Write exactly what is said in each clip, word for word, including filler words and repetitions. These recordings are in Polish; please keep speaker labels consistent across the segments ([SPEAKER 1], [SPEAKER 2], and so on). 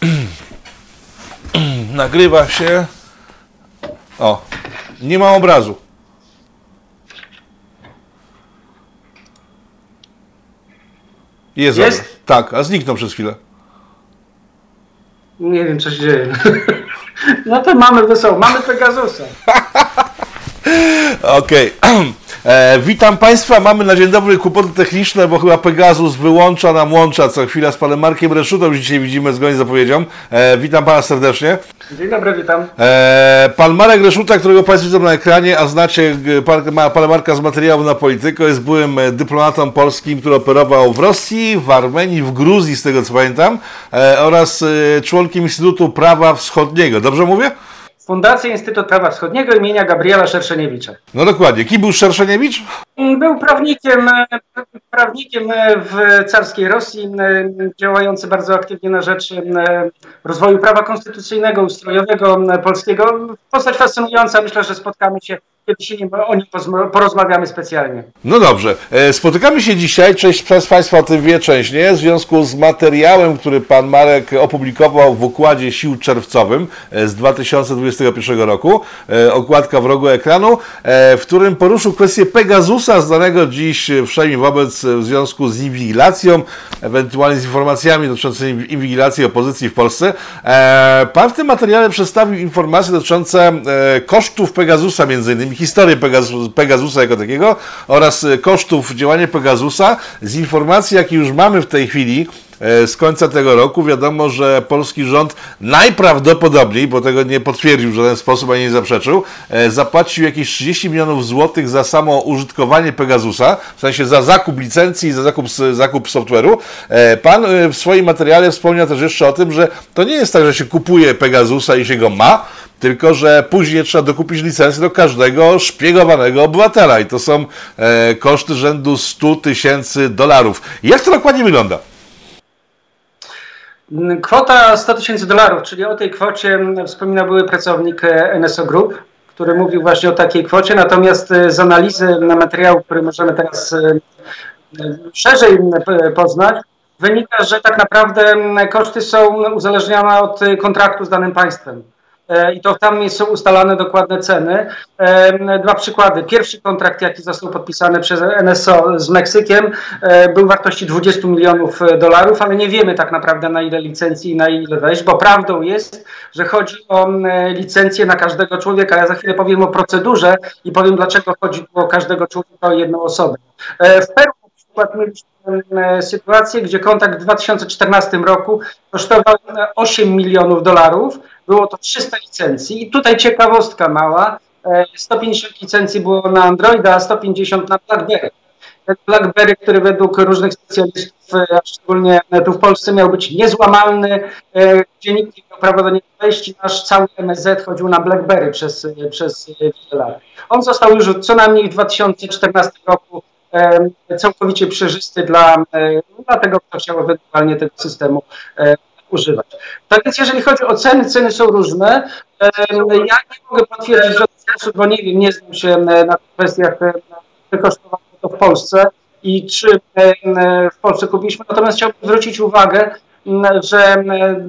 [SPEAKER 1] Nagrywa się. O, nie ma obrazu. Jest,
[SPEAKER 2] Jest?
[SPEAKER 1] obraz. Tak, a zniknął przez chwilę.
[SPEAKER 2] Nie wiem, co się dzieje. No to mamy wesoło, mamy Pegasusa.
[SPEAKER 1] Okej. Okay. E, witam Państwa, mamy na dzień dobry kłopoty techniczne, bo chyba Pegasus wyłącza nam łącza co chwila z panem Markiem Reszutą, dzisiaj widzimy zgodnie z zapowiedzią. E, witam Pana serdecznie.
[SPEAKER 2] Dzień dobry, witam.
[SPEAKER 1] E, pan Marek Reszuta, którego Państwo widzą na ekranie, a znacie pan, ma, pana Marka z materiału na Polityko, jest byłym dyplomatą polskim, który operował w Rosji, w Armenii, w Gruzji, z tego co pamiętam, e, oraz e, członkiem Instytutu Prawa Wschodniego. Dobrze mówię?
[SPEAKER 2] Fundacja Instytut Prawa Wschodniego imienia Gabriela Szerszeniewicza.
[SPEAKER 1] No dokładnie. Kim był Szerszeniewicz?
[SPEAKER 2] Był prawnikiem, prawnikiem w carskiej Rosji, działający bardzo aktywnie na rzecz rozwoju prawa konstytucyjnego, ustrojowego polskiego. Postać fascynująca, myślę, że spotkamy się kiedyś o nim porozmawiamy specjalnie.
[SPEAKER 1] No dobrze. Spotykamy się dzisiaj, część z Państwa o tym wie, część nie, w związku z materiałem, który pan Marek opublikował w układzie Sił Czerwcowym z dwa tysiące dwudziestego pierwszego roku, okładka w rogu ekranu, w którym poruszył kwestię Pegasusa, znanego dziś wszędzie wobec w związku z inwigilacją, ewentualnie z informacjami dotyczącymi inwigilacji opozycji w Polsce. Pan w tym materiale przedstawił informacje dotyczące kosztów Pegasusa, między innymi historię Pegasus, Pegasusa jako takiego oraz kosztów działania Pegasusa. Z informacji, jakie już mamy w tej chwili z końca tego roku, wiadomo, że polski rząd najprawdopodobniej, bo tego nie potwierdził w żaden sposób ani nie zaprzeczył, zapłacił jakieś trzydzieści milionów złotych za samo użytkowanie Pegasusa, w sensie za zakup licencji i za zakup, zakup software'u. Pan w swoim materiale wspomniał też jeszcze o tym, że to nie jest tak, że się kupuje Pegasusa i się go ma, tylko że później trzeba dokupić licencję do każdego szpiegowanego obywatela i to są e, koszty rzędu stu tysięcy dolarów. Jak to dokładnie wygląda?
[SPEAKER 2] Kwota sto tysięcy dolarów, czyli o tej kwocie wspominał były pracownik N S O Group, który mówił właśnie o takiej kwocie, natomiast z analizy materiału, który możemy teraz szerzej poznać, wynika, że tak naprawdę koszty są uzależnione od kontraktu z danym państwem. I to tam są ustalane dokładne ceny. Dwa przykłady. Pierwszy kontrakt, jaki został podpisany przez N S O z Meksykiem, był wartości dwudziestu milionów dolarów, ale nie wiemy tak naprawdę, na ile licencji i na ile wejść, bo prawdą jest, że chodzi o licencję na każdego człowieka. Ja za chwilę powiem o procedurze i powiem, dlaczego chodzi o każdego człowieka, o jedną osobę. W Peru na przykład mieliśmy sytuację, gdzie kontrakt w dwa tysiące czternastym roku kosztował osiem milionów dolarów. Było to trzysta licencji i tutaj ciekawostka mała, sto pięćdziesiąt licencji było na Androida, a sto pięćdziesiąt na BlackBerry. BlackBerry, który według różnych specjalistów, a szczególnie tu w Polsce, miał być niezłamalny, gdzie nikt nie miał prawa do niego wejść, aż cały M S Z chodził na BlackBerry przez, przez wiele lat. On został już co najmniej w dwa tysiące czternastym roku całkowicie przejrzysty dla, dla tego, kto chciał ewentualnie tego systemu używać. Tak więc jeżeli chodzi o ceny, ceny są różne. Ja nie mogę potwierdzić w żaden sposób, bo nie wiem, nie znam się na kwestiach, ile kosztowało to w Polsce i czy w Polsce kupiliśmy. Natomiast chciałbym zwrócić uwagę, że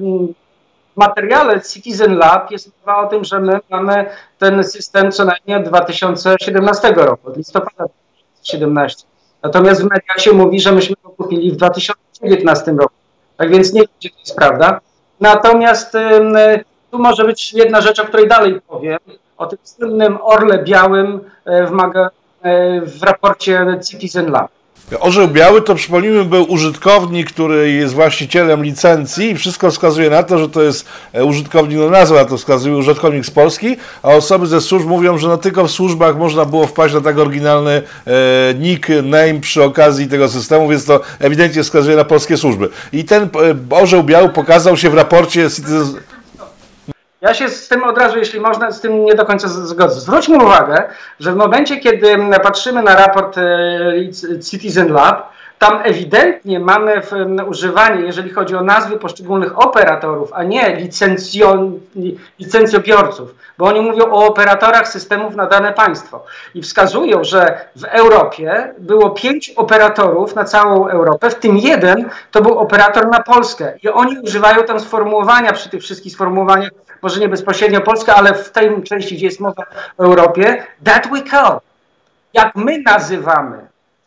[SPEAKER 2] w materiale Citizen Lab jest mowa o tym, że my mamy ten system co najmniej od dwa tysiące siedemnastego roku, od listopada dwa tysiące siedemnastego. Natomiast w mediach się mówi, że myśmy go kupili w dwa tysiące dziewiętnastym roku. Tak więc nie wiem, gdzie to jest prawda. Natomiast y, tu może być jedna rzecz, o której dalej powiem, o tym słynnym orle białym w, maga, w raporcie Citizen Lab.
[SPEAKER 1] Orzeł biały to, przypomnijmy, był użytkownik, który jest właścicielem licencji i wszystko wskazuje na to, że to jest użytkownik, no nazwa na to wskazuje, użytkownik z Polski, a osoby ze służb mówią, że no tylko w służbach można było wpaść na tak oryginalny e, nick, name przy okazji tego systemu, więc to ewidentnie wskazuje na polskie służby. I ten e, orzeł biały pokazał się w raporcie Citizen...
[SPEAKER 2] Ja się z tym od razu, jeśli można, z tym nie do końca zgodzę. Zwróćmy uwagę, że w momencie, kiedy patrzymy na raport Citizen Lab, Tam ewidentnie mamy w, um, używanie, jeżeli chodzi o nazwy poszczególnych operatorów, a nie licencjon, licencjobiorców, bo oni mówią o operatorach systemów na dane państwo i wskazują, że w Europie było pięć operatorów na całą Europę, w tym jeden to był operator na Polskę i oni używają tam sformułowania przy tych wszystkich sformułowaniach, może nie bezpośrednio Polska, ale w tej części, gdzie jest mowa o Europie, that we call, jak my nazywamy.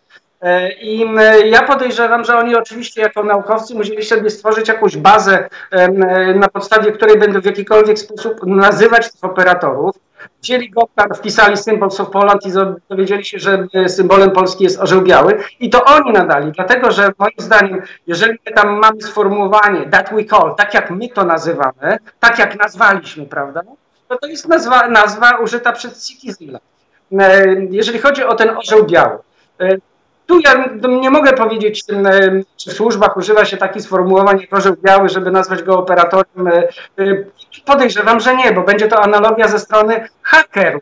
[SPEAKER 2] I ja podejrzewam, że oni oczywiście jako naukowcy musieli sobie stworzyć jakąś bazę, na podstawie której będą w jakikolwiek sposób nazywać tych operatorów. Wzięli go tam, wpisali Symbols of Poland i dowiedzieli się, że symbolem Polski jest orzeł biały i to oni nadali, dlatego że moim zdaniem, jeżeli my tam mamy sformułowanie that we call, tak jak my to nazywamy, tak jak nazwaliśmy, prawda, to to jest nazwa, nazwa użyta przez Citizela. Jeżeli chodzi o ten orzeł biały, tu ja nie mogę powiedzieć, czy w służbach używa się takich sformułowań jak orzeł biały, żeby nazwać go operatorem. Podejrzewam, że nie, bo będzie to analogia ze strony hakerów.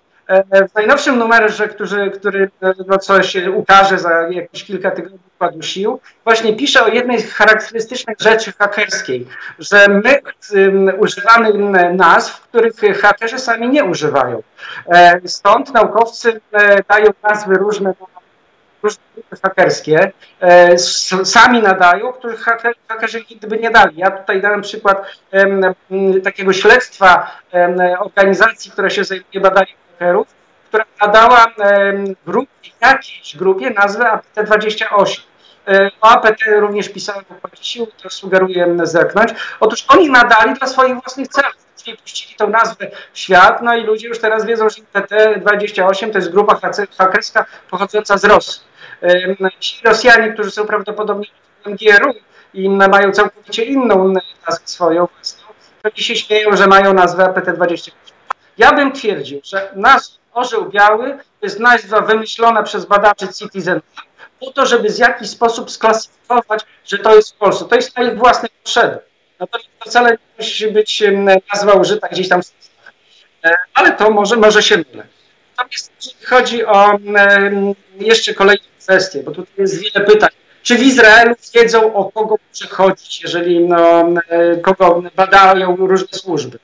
[SPEAKER 2] W najnowszym numerze, który, który no coś ukaże za jakieś kilka tygodni Układu Sił, właśnie pisze o jednej z charakterystycznych rzeczy hakerskiej, że my um, używamy nazw, których hakerzy sami nie używają. Stąd naukowcy dają nazwy różne różne grupy hakerskie e, sami nadają, których haker, hakerzy nigdy by nie dali. Ja tutaj dałem przykład em, takiego śledztwa em, organizacji, która się zajmuje badaniem hakerów, która nadała em, grupie, jakiejś grupie nazwę A P T dwadzieścia osiem. E, o A P T również pisałem w Układzie Sił, to sugeruję zerknąć. Otóż oni nadali dla swoich własnych celów. Czyli puścili tą nazwę w świat, no i ludzie już teraz wiedzą, że A P T dwadzieścia osiem to jest grupa hakerska pochodząca z Rosji. Ci Rosjanie, którzy są prawdopodobnie w G R U i mają całkowicie inną nazwę swoją własną, to się śmieją, że mają nazwę A P T dwadzieścia osiem. Ja bym twierdził, że nazwa orzeł biały to jest nazwa wymyślona przez badaczy Citizen po to, żeby w jakiś sposób sklasyfikować, że to jest w Polsce. To jest na ich własne potrzeby. Natomiast to wcale nie musi być nazwa użyta gdzieś tam w Stanach. Ale to może, może się mylę. Natomiast jeżeli chodzi o jeszcze kolejne kwestie, bo tutaj jest wiele pytań. Czy w Izraelu wiedzą, o kogo muszę chodzić, jeżeli no, kogo badają różne służby?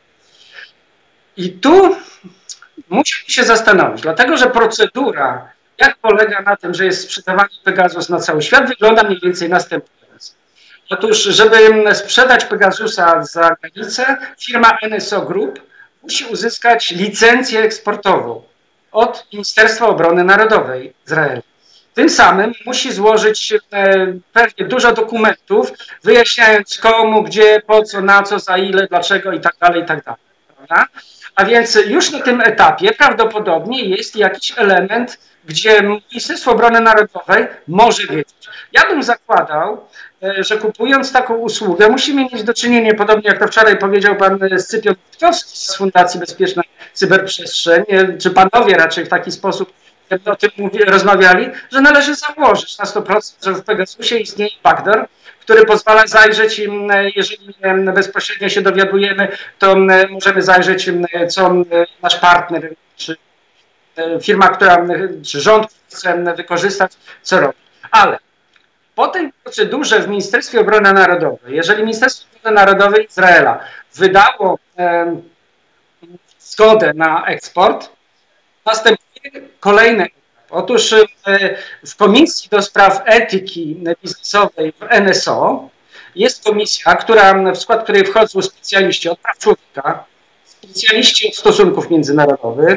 [SPEAKER 2] I tu musimy się zastanowić, dlatego że procedura, jak polega na tym, że jest sprzedawanie Pegasus na cały świat, wygląda mniej więcej następująco. Otóż, żeby sprzedać Pegasusa za granicę, firma N S O Group musi uzyskać licencję eksportową od Ministerstwa Obrony Narodowej Izraela. Tym samym musi złożyć e, pewnie dużo dokumentów, wyjaśniając komu, gdzie, po co, na co, za ile, dlaczego i tak dalej, i tak dalej. Prawda? A więc już na tym etapie prawdopodobnie jest jakiś element, gdzie Ministerstwo Obrony Narodowej może wiedzieć. Ja bym zakładał, że kupując taką usługę musimy mieć do czynienia, podobnie jak to wczoraj powiedział pan Scypion Witkowski z Fundacji Bezpieczna Cyberprzestrzeń, czy panowie raczej w taki sposób o tym mówi, rozmawiali, że należy założyć na sto procent, że w Pegasusie istnieje backdoor, który pozwala zajrzeć, jeżeli bezpośrednio się dowiadujemy, to możemy zajrzeć, co nasz partner, czy firma, która, czy rząd chce wykorzystać, co robi. Ale po tej procedurze w Ministerstwie Obrony Narodowej, jeżeli Ministerstwo Obrony Narodowej Izraela wydało e, zgodę na eksport, następuje kolejny etap. Otóż e, w Komisji do Spraw Etyki Biznesowej w N S O jest komisja, która, w skład której wchodzą specjaliści od praw człowieka, specjaliści od stosunków międzynarodowych,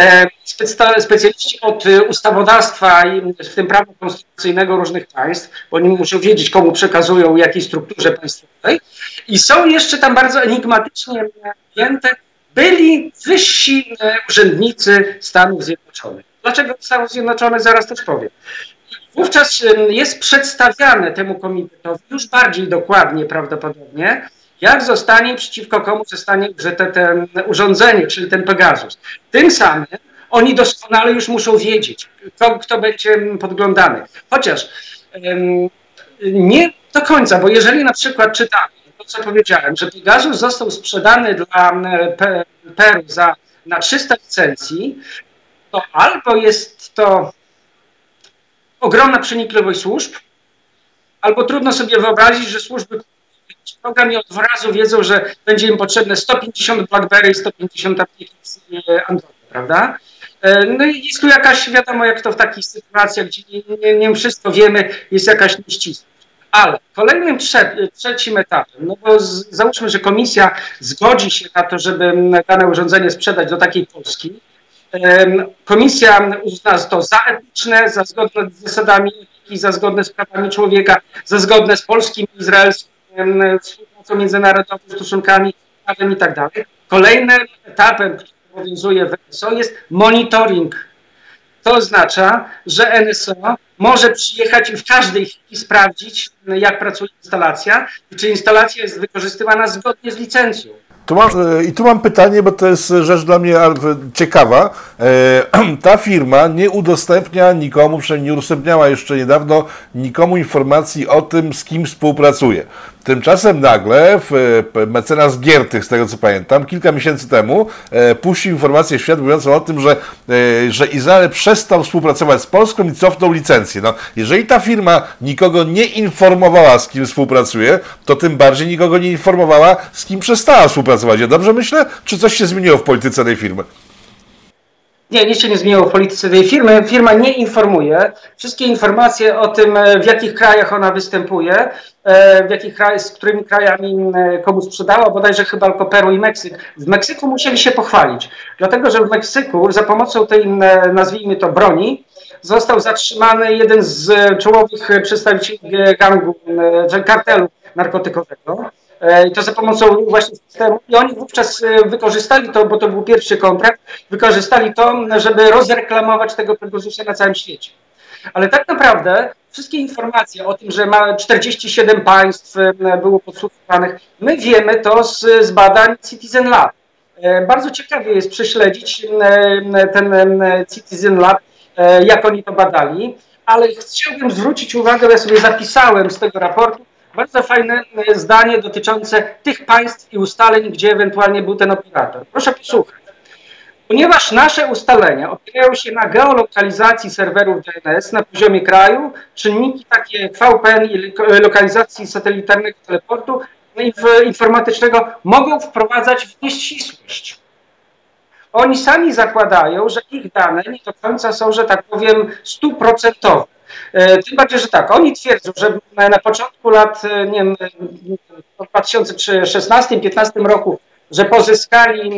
[SPEAKER 2] specjaliści od ustawodawstwa, w tym prawa konstytucyjnego różnych państw, bo oni muszą wiedzieć, komu przekazują, jakiej strukturze państwowej. I są jeszcze tam bardzo enigmatycznie ujęte byli wyżsi urzędnicy Stanów Zjednoczonych. Dlaczego Stanów Zjednoczonych? Zaraz też powiem. Wówczas jest przedstawiane temu komitetowi już bardziej dokładnie prawdopodobnie, jak zostanie, przeciwko komu zostanie użyte to urządzenie, czyli ten Pegasus. Tym samym oni doskonale już muszą wiedzieć, kto, kto będzie podglądany. Chociaż um, nie do końca, bo jeżeli na przykład czytamy, to co powiedziałem, że Pegasus został sprzedany dla Peru za, na trzysta licencji, to albo jest to ogromna przenikliwość służb, albo trudno sobie wyobrazić, że służby program i od razu wiedzą, że będzie im potrzebne sto pięćdziesiąt BlackBerry i sto pięćdziesiąt aplikacji Androida, prawda? No i jest tu jakaś, wiadomo jak to w takich sytuacjach, gdzie nie, nie, nie wszystko wiemy, jest jakaś nieścisłość. Ale kolejnym trze trzecim etapem, no bo z, załóżmy, że komisja zgodzi się na to, żeby dane urządzenie sprzedać do takiej Polski. Komisja uzna to za etyczne, za zgodne z zasadami etyki, za zgodne z prawami człowieka, za zgodne z polskim i izraelskim współpracą międzynarodową, stosunkami prawem i tak dalej. Kolejnym etapem, który obowiązuje w N S O, jest monitoring. To oznacza, że N S O może przyjechać i w każdej chwili sprawdzić, jak pracuje instalacja i czy instalacja jest wykorzystywana zgodnie z licencją.
[SPEAKER 1] Tu mam, I tu mam pytanie, bo to jest rzecz dla mnie ciekawa. Ta firma nie udostępnia nikomu, przynajmniej nie udostępniała jeszcze niedawno nikomu informacji o tym, z kim współpracuje. Tymczasem nagle mecenas Giertych, z tego co pamiętam, kilka miesięcy temu puścił informację w świat mówiącą o tym, że, że Izrael przestał współpracować z Polską i cofnął licencję. No, jeżeli ta firma nikogo nie informowała, z kim współpracuje, to tym bardziej nikogo nie informowała, z kim przestała współpracować. Ja dobrze myślę? Czy coś się zmieniło w polityce tej firmy?
[SPEAKER 2] Nie, nic się nie zmieniło w polityce tej firmy. Firma nie informuje. Wszystkie informacje o tym, w jakich krajach ona występuje, w jakich krajach, z którymi krajami komu sprzedała, bodajże chyba tylko Peru i Meksyk. W Meksyku musieli się pochwalić, dlatego że w Meksyku za pomocą tej, nazwijmy to, broni, został zatrzymany jeden z czołowych przedstawicieli gangu, kartelu narkotykowego. I to za pomocą właśnie systemu. I oni wówczas wykorzystali to, bo to był pierwszy kontrakt, wykorzystali to, żeby rozreklamować tego Pegasusa na całym świecie. Ale tak naprawdę wszystkie informacje o tym, że ma czterdzieści siedem państw było podsłuchiwanych, my wiemy to z, z badań Citizen Lab. Bardzo ciekawie jest prześledzić ten Citizen Lab, jak oni to badali, ale chciałbym zwrócić uwagę, ja sobie zapisałem z tego raportu, bardzo fajne zdanie dotyczące tych państw i ustaleń, gdzie ewentualnie był ten operator. Proszę posłuchać. Ponieważ nasze ustalenia opierają się na geolokalizacji serwerów D N S na poziomie kraju, czynniki takie V P N i lokalizacji satelitarnego teleportu informatycznego mogą wprowadzać w nieścisłość. Oni sami zakładają, że ich dane nie do końca są, że tak powiem, stuprocentowe. Tym bardziej, że tak, oni twierdzą, że na początku lat, nie wiem, w dwa tysiące szesnastym piętnastym roku, że pozyskali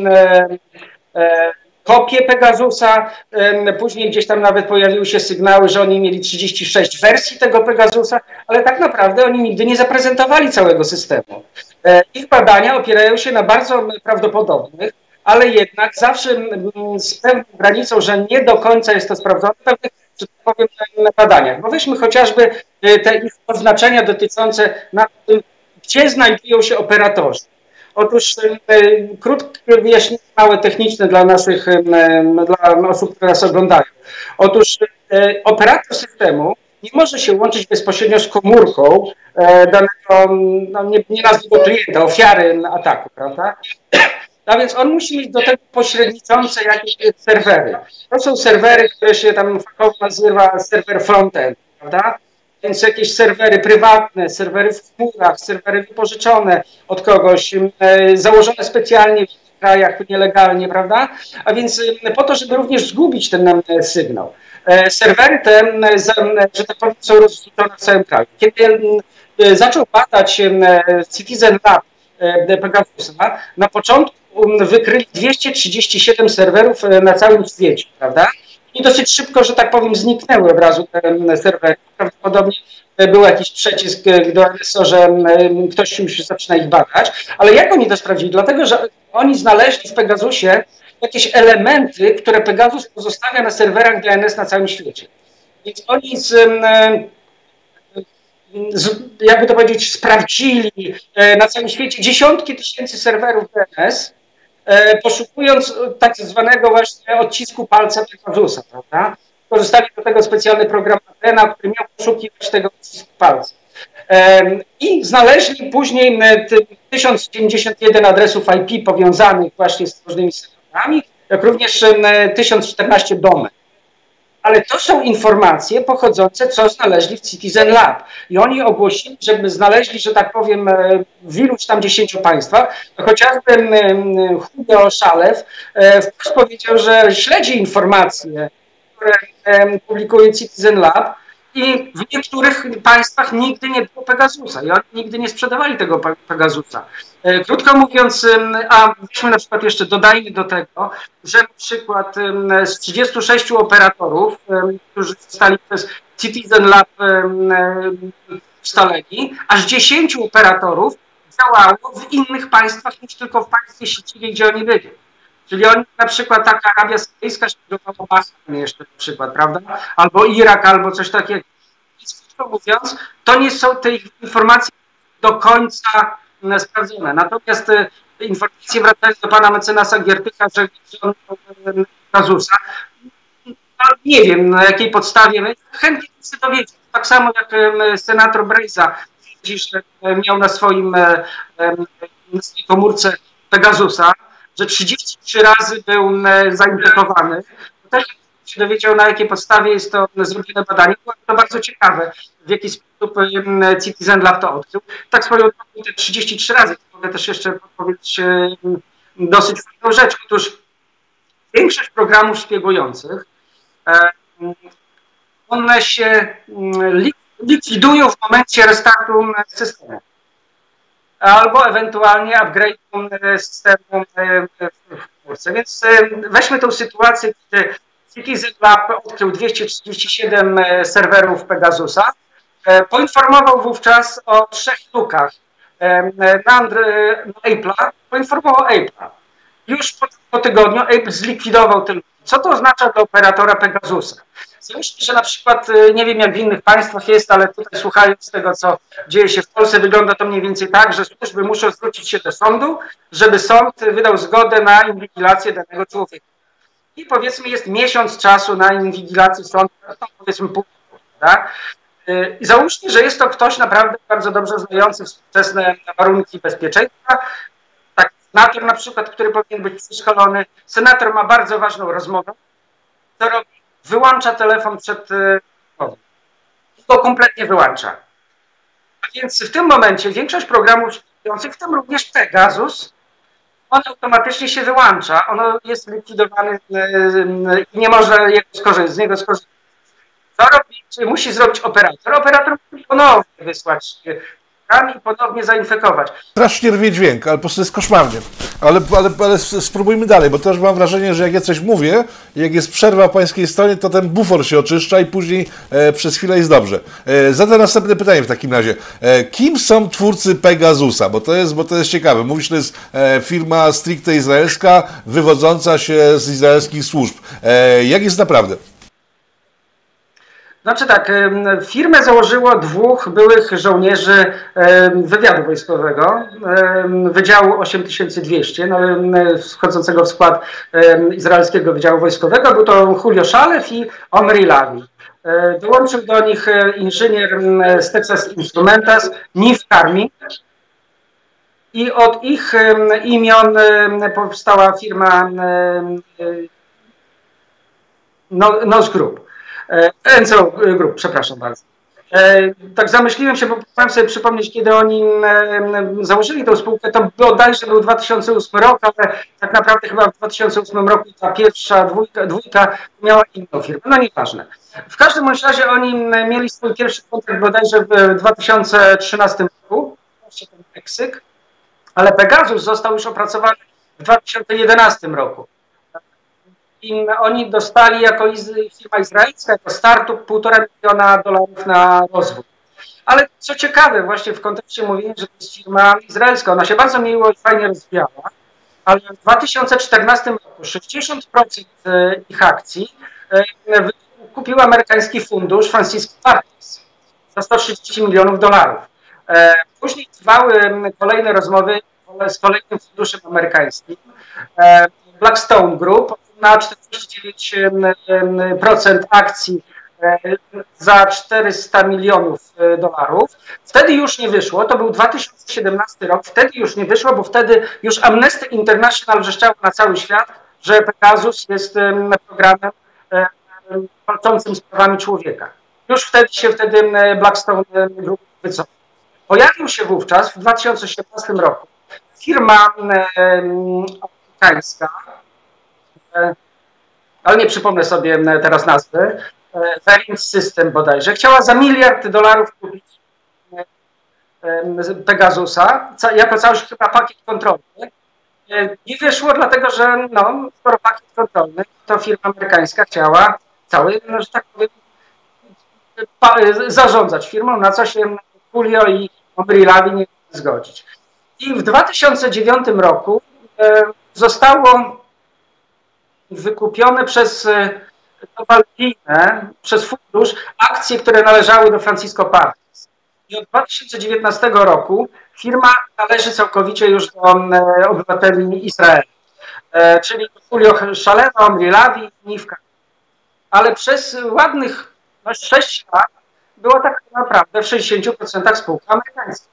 [SPEAKER 2] kopię Pegasusa, później gdzieś tam nawet pojawiły się sygnały, że oni mieli trzydzieści sześć wersji tego Pegasusa, ale tak naprawdę oni nigdy nie zaprezentowali całego systemu. Ich badania opierają się na bardzo prawdopodobnych, ale jednak zawsze z pewną granicą, że nie do końca jest to sprawdzone, pewnych, że tak powiem, na badaniach. Bo weźmy chociażby te ich oznaczenia dotyczące na tym, gdzie znajdują się operatorzy. Otóż krótkie wyjaśnienie małe techniczne dla naszych, dla osób, które nas oglądają. Otóż operator systemu nie może się łączyć bezpośrednio z komórką danego, no nie, nie nazwijmy klienta, ofiary ataku, prawda? A więc on musi mieć do tego pośredniczące jakieś serwery. To są serwery, które się tam fachowo nazywa serwer frontend, prawda? Więc jakieś serwery prywatne, serwery w chmurach, serwery wypożyczone od kogoś, e, założone specjalnie w krajach nielegalnie, prawda? A więc e, po to, żeby również zgubić ten e, sygnał. E, serwery te, e, za, że tak powiem, są rozrzucone w całym kraju. Kiedy e, zaczął badać e, Citizen Lab e, Pegasusa, na początku wykryli dwieście trzydzieści siedem serwerów na całym świecie, prawda? I dosyć szybko, że tak powiem, zniknęły od razu te serwery. Prawdopodobnie był jakiś przycisk do N S O, że ktoś już zaczyna ich badać. Ale jak oni to sprawdzili? Dlatego, że oni znaleźli w Pegasusie jakieś elementy, które Pegasus pozostawia na serwerach D N S na całym świecie. Więc oni z, z, jakby to powiedzieć, sprawdzili na całym świecie dziesiątki tysięcy serwerów D N S, poszukując tak zwanego właśnie odcisku palca Pegasusa, prawda? Korzystali do tego specjalny program Athena, który miał poszukiwać tego odcisku palca. I znaleźli później tysiąc dziewięćdziesiąt jeden adresów I P powiązanych właśnie z różnymi serwerami, jak również tysiąc czternaście domen. ale to są informacje pochodzące, co znaleźli w Citizen Lab. I oni ogłosili, żeby znaleźli, że tak powiem, w iluś tam dziesięciu państwach, chociażby Julio Szalew powiedział, że śledzi informacje, które publikuje Citizen Lab, i w niektórych państwach nigdy nie było Pegasusa i oni nigdy nie sprzedawali tego Pegasusa. Krótko mówiąc, a weźmy na przykład jeszcze, dodajmy do tego, że na przykład z trzydziestu sześciu operatorów, którzy zostali przez Citizen Lab ustaleni, aż dziesięciu operatorów działało w innych państwach niż tylko w państwie sieciowej, gdzie oni byli. Czyli oni na przykład taka Arabia Saudyjska szpiegowała Bahrain jeszcze na przykład, prawda? Albo Irak, albo coś takiego. I krótko mówiąc, to nie są te informacje do końca sprawdzone. Natomiast e, informacje wracając do pana mecenasa Giertycha, że on miał Pegasusa, no, nie wiem na jakiej podstawie, no, chętnie chcę dowiedzieć. Tak samo jak e, senator Brejza twierdzi, że e, miał na swoim e, e, na swojej komórce Pegasusa, że trzydzieści trzy razy był zainfekowany. Też się dowiedział, na jakiej podstawie jest to zrobione badanie. Było to bardzo ciekawe, w jaki sposób Citizen Lab to odkrył. Tak swoją drogą te trzydzieści trzy razy, mogę też jeszcze powiedzieć dosyć fajną rzecz. Otóż większość programów szpiegujących, one się likwidują w momencie restartu systemu, albo ewentualnie upgrade'u systemu w Polsce. Więc weźmy tą sytuację, kiedy Citizen Lab odkrył dwieście trzydzieści siedem serwerów Pegasusa. Poinformował wówczas o trzech lukach na Apple'a, poinformował Apple'a. Już po, po tygodniu Apple zlikwidował te luki. Co to oznacza dla operatora Pegasusa? Załóżmy, że na przykład, nie wiem jak w innych państwach jest, ale tutaj słuchając tego, co dzieje się w Polsce, wygląda to mniej więcej tak, że służby muszą zwrócić się do sądu, żeby sąd wydał zgodę na inwigilację danego człowieka. I powiedzmy jest miesiąc czasu na inwigilację sądu, no powiedzmy pół roku, tak? I załóżmy, że jest to ktoś naprawdę bardzo dobrze znający współczesne warunki bezpieczeństwa, tak senator na przykład, który powinien być przeszkolony. Senator ma bardzo ważną rozmowę, co robi? Wyłącza telefon przed rozmową. Go kompletnie wyłącza. A więc w tym momencie większość programów szpiegujących, w tym również Pegasus, on automatycznie się wyłącza. Ono jest likwidowane i nie można z niego skorzystać. Co robi? Czy musi zrobić operator? Operator musi ponownie wysłać i ponownie zainfekować.
[SPEAKER 1] Strasznie rwie dźwięk, ale po prostu jest koszmarnie. Ale, ale, ale spróbujmy dalej, bo też mam wrażenie, że jak ja coś mówię, jak jest przerwa po pańskiej stronie, to ten bufor się oczyszcza i później e, przez chwilę jest dobrze. E, zadam następne pytanie w takim razie. E, kim są twórcy Pegasusa? Bo to jest, bo to jest ciekawe. Mówisz, że to jest e, firma stricte izraelska, wywodząca się z izraelskich służb. E, jak jest naprawdę?
[SPEAKER 2] Znaczy tak, firmę założyło dwóch byłych żołnierzy wywiadu wojskowego, Wydziału osiem tysięcy dwieście, wchodzącego w skład izraelskiego Wydziału Wojskowego. Był to Julio Szalew i Omri Lavi. Dołączył do nich inżynier z Texas Instrumentas, Niv Karmi. I od ich imion powstała firma Nos Group. N C O Group, przepraszam bardzo. Tak zamyśliłem się, bo próbowałem sobie przypomnieć, kiedy oni założyli tę spółkę, to bodajże był dwa tysiące ósmy rok, ale tak naprawdę chyba w dwa tysiące ósmym roku ta pierwsza dwójka, dwójka miała inną firmę, no nieważne. W każdym bądź razie oni mieli swój pierwszy kontrakt bodajże w dwa tysiące trzynastym roku, właśnie ten Meksyk, ale Pegasus został już opracowany w dwa tysiące jedenastym roku. I oni dostali jako firma izraelska, jako startup półtora miliona dolarów na rozwój. Ale co ciekawe, właśnie w kontekście mówienia, że to jest firma izraelska, ona się bardzo miło i fajnie rozwijała, ale w dwa tysiące czternastym roku sześćdziesiąt procent ich akcji kupił amerykański fundusz Francisco Partners za sto trzydzieści milionów dolarów. Później trwały kolejne rozmowy z kolejnym funduszem amerykańskim, Blackstone Group, na czterdzieści dziewięć procent akcji za czterysta milionów dolarów. Wtedy już nie wyszło, to był dwa tysiące siedemnasty rok, wtedy już nie wyszło, bo wtedy już Amnesty International wrzeszczało na cały świat, że Pegasus jest programem walczącym z prawami człowieka. Już wtedy się wtedy Blackstone Group wycofał. Pojawił się wówczas w dwa tysiące siedemnastym roku firma amerykańska, ale nie przypomnę sobie teraz nazwy, Verint System bodajże, chciała za miliard dolarów kupić Pegasusa, jako całość chyba pakiet kontrolny. Nie wyszło dlatego, że no, skoro pakiet kontrolny, to firma amerykańska chciała cały, no, że tak powiem, zarządzać firmą, na co się Julio i Omri-Lavi nie zgodzić. I w dwa tysiące dziewiątym roku zostało wykupione przez Novalpinę, przez fundusz, akcje, które należały do Francisco Partners. I od dwa tysiące dziewiętnastego roku firma należy całkowicie już do obywateli Izraela. Czyli Julio Shalem, Omri-Lavi i Nifka. Ale przez ładnych no, sześć lat była tak naprawdę w sześćdziesięciu procentach spółka amerykańska.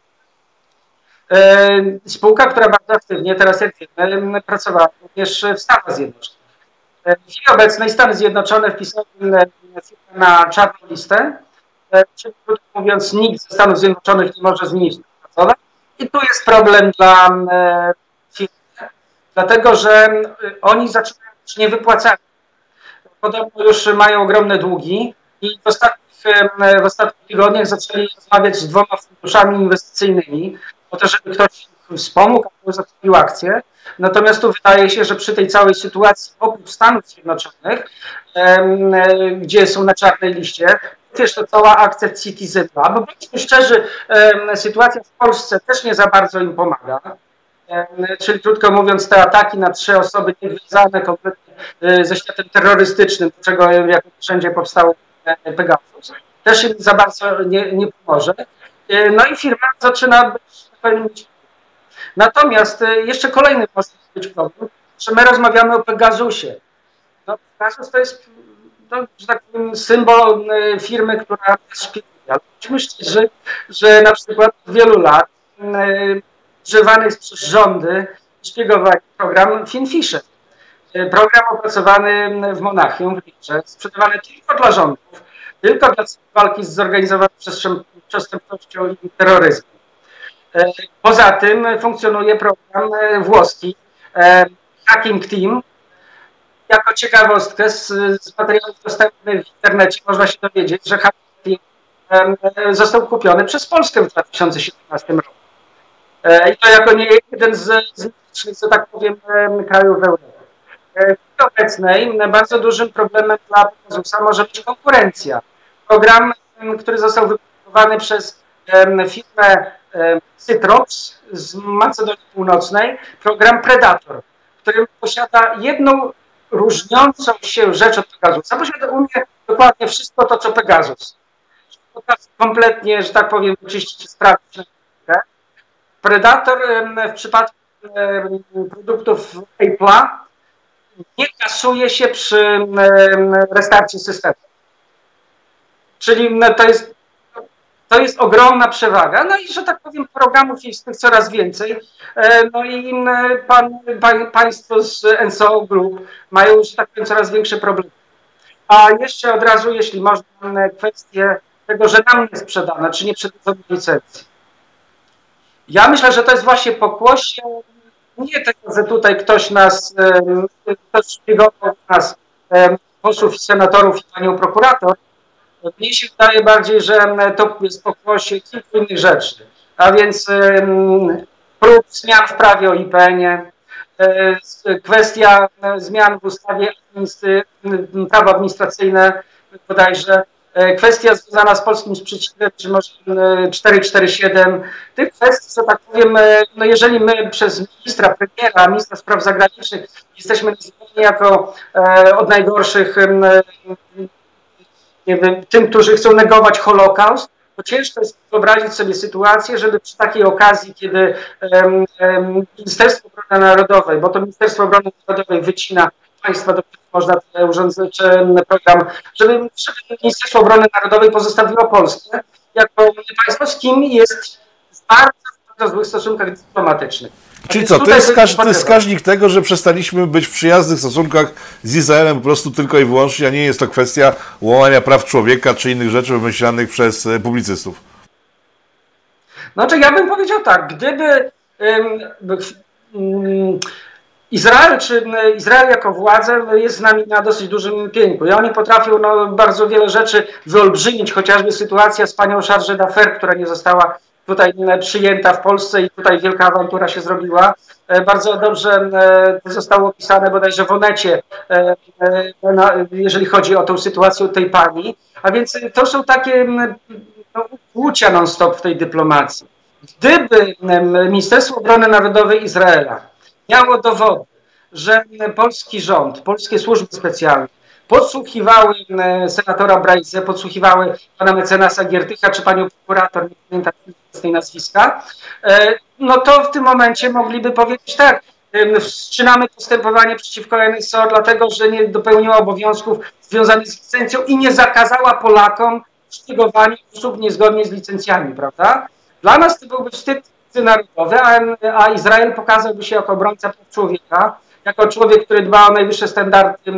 [SPEAKER 2] Spółka, która bardzo aktywnie teraz, jak wiemy, pracowała również w Stanach Zjednoczonych. W chwili obecnej Stany Zjednoczone wpisały firmę na czarną listę, czyli krótko mówiąc nikt ze Stanów Zjednoczonych nie może z nimi pracować. I tu jest problem dla firmy, dlatego że oni zaczynają już nie wypłacać. Podobno już mają ogromne długi i w ostatnich, w ostatnich tygodniach zaczęli rozmawiać z dwoma funduszami inwestycyjnymi po to, żeby ktoś ich wspomógł albo zakupił akcje. Natomiast tu wydaje się, że przy tej całej sytuacji oprócz Stanów Zjednoczonych, gdzie są na czarnej liście, też to cała akcja Citizen, bo bądźmy szczerzy, sytuacja w Polsce też nie za bardzo im pomaga. Czyli krótko mówiąc, te ataki na trzy osoby niezwiązane kompletnie ze światem terrorystycznym, do czego jako wszędzie powstało Pegasus, też im za bardzo nie, nie pomoże. No i firma zaczyna być mieć. Natomiast jeszcze kolejny może być problem, że my rozmawiamy o Pegasusie. No, Pegasus to jest, no, że tak powiem, symbol firmy, która szpieguje. Ale bądźmy szczerzy, że na przykład od wielu lat używany jest przez rządy szpiegowany program Finfisher. Program opracowany w Monachium, w Licze, sprzedawany tylko dla rządów, tylko dla walki z zorganizowaną przestępczością i terroryzmem. Poza tym funkcjonuje program włoski Hacking Team. Jako ciekawostkę z, z materiałów dostępnych w internecie można się dowiedzieć, że Hacking Team został kupiony przez Polskę w dwa tysiące siedemnastym roku. I to jako nie jeden z, z że tak powiem, krajów w Europie. W chwili obecnej bardzo dużym problemem dla Pegasusa może być konkurencja. Program, który został wyprodukowany przez firmę Citrox z Macedonii Północnej, program Predator, który posiada jedną różniącą się rzecz od Pegasusa. Posiada umie dokładnie wszystko to, co Pegasus. Potrafi kompletnie, że tak powiem, wyczyścić i sprawdzić. Predator w przypadku produktów Apple'a nie kasuje się przy restarcie systemu. Czyli to jest, to jest ogromna przewaga. No i, że tak powiem, programów jest tych coraz więcej. No i pan, pan, państwo z N S O Group mają, że tak powiem, coraz większe problemy. A jeszcze od razu, jeśli można, kwestię tego, że nam nie sprzedano, czy nie przedłużono licencji. Ja myślę, że to jest właśnie pokłosie nie tego, że tutaj ktoś nas, ktoś szpiegował nas, posłów i senatorów i panią prokurator. Mnie się wydaje bardziej, że to jest pokłosie kilku innych rzeczy. A więc prób zmian w prawie o I P N-ie, kwestia zmian w ustawie prawo administracyjne bodajże, kwestia związana z polskim sprzeciwem, czy może czterysta czterdzieści siedem, tych kwestii, co tak powiem, no jeżeli my przez ministra, premiera, ministra spraw zagranicznych jesteśmy nazywani jako e, od najgorszych e, nie wiem, tym, którzy chcą negować Holokaust, to ciężko jest wyobrazić sobie sytuację, żeby przy takiej okazji, kiedy e, e, Ministerstwo Obrony Narodowej, bo to Ministerstwo Obrony Narodowej wycina państwa, do których można urządzać program, żeby, żeby Ministerstwo Obrony Narodowej pozostawiło Polskę jako państwo, z kim jest bardzo bardzo złych stosunkach dyplomatycznych.
[SPEAKER 1] Czyli co, to jest, wskaż, to jest wskaźnik tego, że przestaliśmy być w przyjaznych stosunkach z Izraelem po prostu tylko i wyłącznie, a nie jest to kwestia łamania praw człowieka czy innych rzeczy wymyślanych przez publicystów.
[SPEAKER 2] Znaczy, ja bym powiedział tak, gdyby um, um, Izrael, czy Izrael jako władza jest z nami na dosyć dużym pięku i oni potrafią no, bardzo wiele rzeczy wyolbrzymić, chociażby sytuacja z panią Chargé d'Affaires, która nie została tutaj przyjęta w Polsce i tutaj wielka awantura się zrobiła. Bardzo dobrze zostało opisane bodajże w Onecie, jeżeli chodzi o tą sytuację tej pani. A więc to są takie no, kłucia non-stop w tej dyplomacji. Gdyby Ministerstwo Obrony Narodowej Izraela miało dowody, że polski rząd, polskie służby specjalne podsłuchiwały senatora Brajzę, podsłuchiwały pana mecenasa Giertycha czy panią prokurator, nie pamiętam tej nazwiska, no to w tym momencie mogliby powiedzieć tak, wstrzymamy postępowanie przeciwko N S O dlatego, że nie dopełniła obowiązków związanych z licencją i nie zakazała Polakom szpiegowania osób niezgodnie z licencjami, prawda? Dla nas to byłby wstyd narodowy, a, a Izrael pokazałby się jako obrońca praw człowieka, jako człowiek, który dba o najwyższe standardy.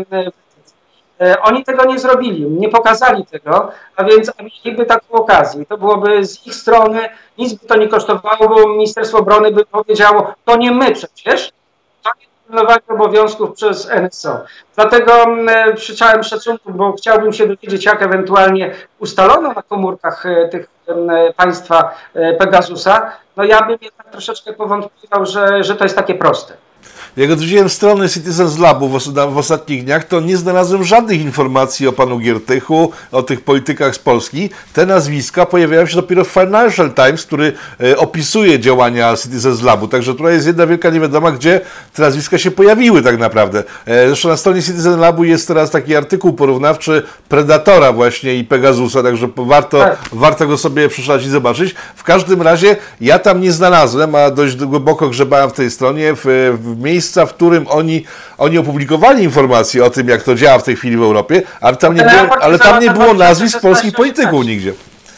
[SPEAKER 2] Oni tego nie zrobili, nie pokazali tego, a więc mieliby taką okazję. To byłoby z ich strony, nic by to nie kosztowało, bo Ministerstwo Obrony by powiedziało, to nie my przecież, to nie pilnowanie obowiązków przez N S O. Dlatego przy całym szacunku, bo chciałbym się dowiedzieć, jak ewentualnie ustalono na komórkach tych państwa Pegasusa, no ja bym jednak troszeczkę powątpiewał, że, że to jest takie proste.
[SPEAKER 1] Jak odwiedziłem strony Citizens Labu w, w ostatnich dniach, to nie znalazłem żadnych informacji o panu Giertychu, o tych politykach z Polski. Te nazwiska pojawiają się dopiero w Financial Times, który e, opisuje działania Citizens Labu. Także tutaj jest jedna wielka niewiadoma, gdzie te nazwiska się pojawiły tak naprawdę. E, zresztą na stronie Citizen Labu jest teraz taki artykuł porównawczy Predatora właśnie i Pegasusa, także warto, tak. warto go sobie przeczytać i zobaczyć. W każdym razie ja tam nie znalazłem, a dość głęboko grzebałem w tej stronie, w, w miejscu, w którym oni, oni opublikowali informacje o tym, jak to działa w tej chwili w Europie, ale tam nie było, ale tam nie było nazwisk polskich polityków nigdzie.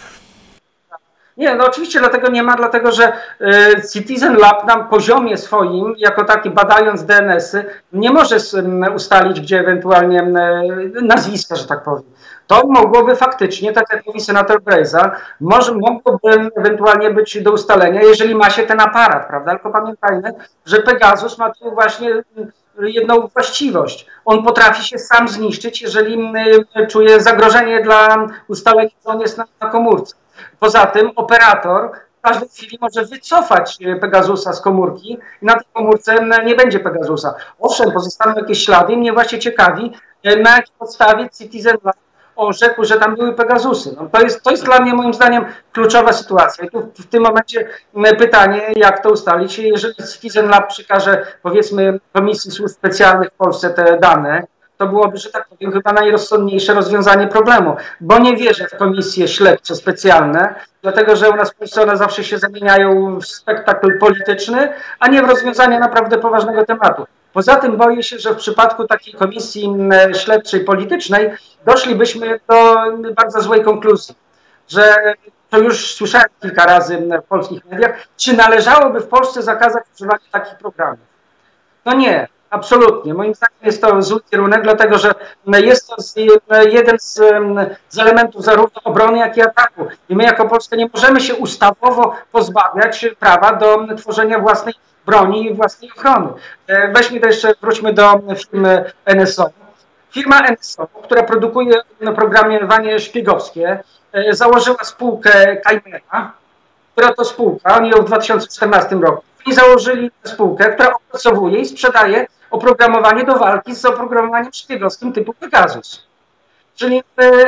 [SPEAKER 2] Nie, no oczywiście dlatego nie ma, dlatego że y, Citizen Lab na poziomie swoim, jako taki badając D N S-y, nie może y, ustalić, gdzie ewentualnie y, nazwiska, że tak powiem. To mogłoby faktycznie, tak jak mówi senator Brejza, może mogłoby ewentualnie być do ustalenia, jeżeli ma się ten aparat, prawda? Tylko pamiętajmy, że Pegasus ma tu właśnie jedną właściwość. On potrafi się sam zniszczyć, jeżeli czuje zagrożenie dla ustalenia, że on jest na, na komórce. Poza tym operator w każdej chwili może wycofać Pegasusa z komórki i na tej komórce nie będzie Pegasusa. Owszem, pozostaną jakieś ślady i mnie właśnie ciekawi, na jakiej podstawie Citizen Lab orzekł, że tam były Pegasusy. No to, jest, to jest dla mnie moim zdaniem kluczowa sytuacja. I tu w tym momencie pytanie, jak to ustalić. Jeżeli Citizen Lab przekaże, powiedzmy, Komisji Służb Specjalnych w Polsce te dane, to byłoby, że tak powiem, chyba najrozsądniejsze rozwiązanie problemu. Bo nie wierzę w komisje śledcze specjalne, dlatego że u nas w Polsce one zawsze się zamieniają w spektakl polityczny, a nie w rozwiązanie naprawdę poważnego tematu. Poza tym boję się, że w przypadku takiej komisji śledczej politycznej doszlibyśmy do bardzo złej konkluzji, że to już słyszałem kilka razy w polskich mediach, czy należałoby w Polsce zakazać używania takich programów? No nie, absolutnie. Moim zdaniem jest to zły kierunek, dlatego że jest to jeden z, z elementów zarówno obrony, jak i ataku. I my jako Polska nie możemy się ustawowo pozbawiać prawa do tworzenia własnej broni i własnej ochrony. Weźmy to jeszcze, wróćmy do firmy N S O. Firma N S O, która produkuje programowanie szpiegowskie, założyła spółkę Chimera, która to spółka, oni ją w dwa tysiące czternastym roku, i założyli spółkę, która opracowuje i sprzedaje oprogramowanie do walki z oprogramowaniem szpiegowskim typu Pegasus. Czyli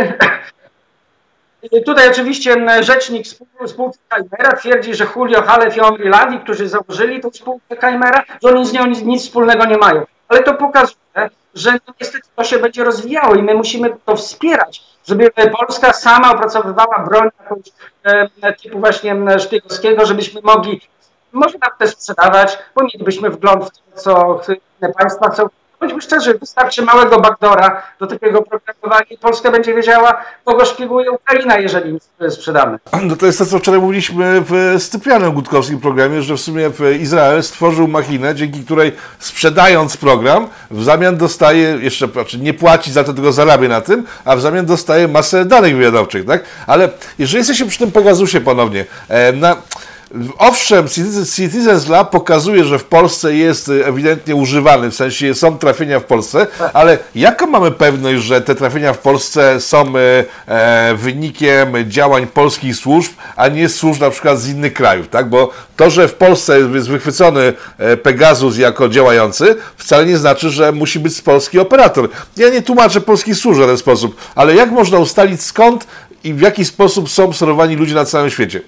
[SPEAKER 2] tutaj oczywiście rzecznik spółki Chimera twierdzi, że Julio Halef i Omri Lavi, którzy założyli tą spółkę Chimera, że oni z nią nic, nic wspólnego nie mają. Ale to pokazuje, że niestety to się będzie rozwijało i my musimy to wspierać, żeby Polska sama opracowywała broń jakąś e, typu właśnie szpiegowskiego, żebyśmy mogli, może nam też sprzedawać, bo mielibyśmy wgląd w to, co inne państwa chcą. Bądźmy szczerzy, wystarczy małego backdoora do takiego oprogramowania i Polska będzie wiedziała, kogo szpieguje Ukraina, jeżeli nic sprzedamy.
[SPEAKER 1] No to jest to, co wczoraj mówiliśmy w Stypianem Gutkowskim programie, że w sumie Izrael stworzył machinę, dzięki której sprzedając program, w zamian dostaje, jeszcze znaczy nie płaci za to, tylko zarabia na tym, a w zamian dostaje masę danych wywiadowczych, tak? Ale jeżeli jesteśmy przy tym Pegasusie ponownie, na... Owszem, Citizens Lab pokazuje, że w Polsce jest ewidentnie używany, w sensie są trafienia w Polsce, ale jaką mamy pewność, że te trafienia w Polsce są e, wynikiem działań polskich służb, a nie służb na przykład z innych krajów, tak? Bo to, że w Polsce jest wychwycony Pegasus jako działający, wcale nie znaczy, że musi być z Polski operator. Ja nie tłumaczę polskich służb w ten sposób, ale jak można ustalić, skąd i w jaki sposób są obserwowani ludzie na całym świecie?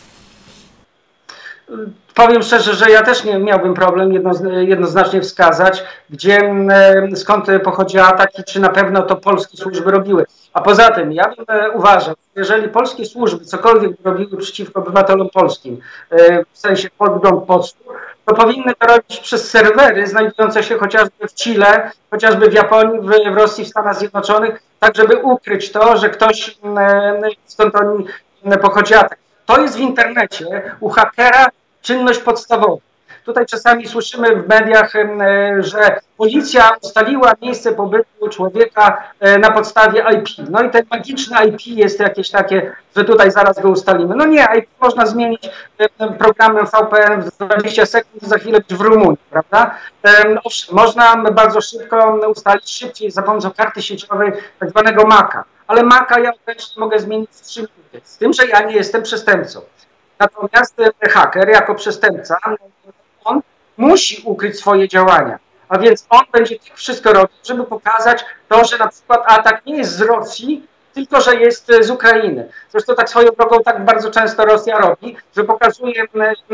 [SPEAKER 2] Powiem szczerze, że ja też nie miałbym problem jednoznacznie wskazać, gdzie, skąd pochodzi atak i czy na pewno to polskie służby robiły. A poza tym, ja bym uważał, jeżeli polskie służby cokolwiek robiły przeciwko obywatelom polskim, w sensie podgląd pocztu, to powinny to robić przez serwery znajdujące się chociażby w Chile, chociażby w Japonii, w, w Rosji, w Stanach Zjednoczonych, tak żeby ukryć to, że ktoś, skąd oni pochodzi atak. To jest w internecie u hakera czynność podstawowa. Tutaj czasami słyszymy w mediach, że policja ustaliła miejsce pobytu człowieka na podstawie I P. No i ten magiczny I P jest jakieś takie, że tutaj zaraz go ustalimy. No nie, I P można zmienić programem V P N w dwadzieścia sekund i za chwilę być w Rumunii, prawda? Owszem, można bardzo szybko ustalić, szybciej za pomocą karty sieciowej tak zwanego Maca. Ale Maca ja też mogę zmienić w trzy minuty. Z tym, że ja nie jestem przestępcą. Natomiast haker jako przestępca, on musi ukryć swoje działania. A więc on będzie wszystko robił, żeby pokazać to, że na przykład atak nie jest z Rosji, tylko że jest z Ukrainy. Zresztą tak swoją drogą tak bardzo często Rosja robi, że pokazuje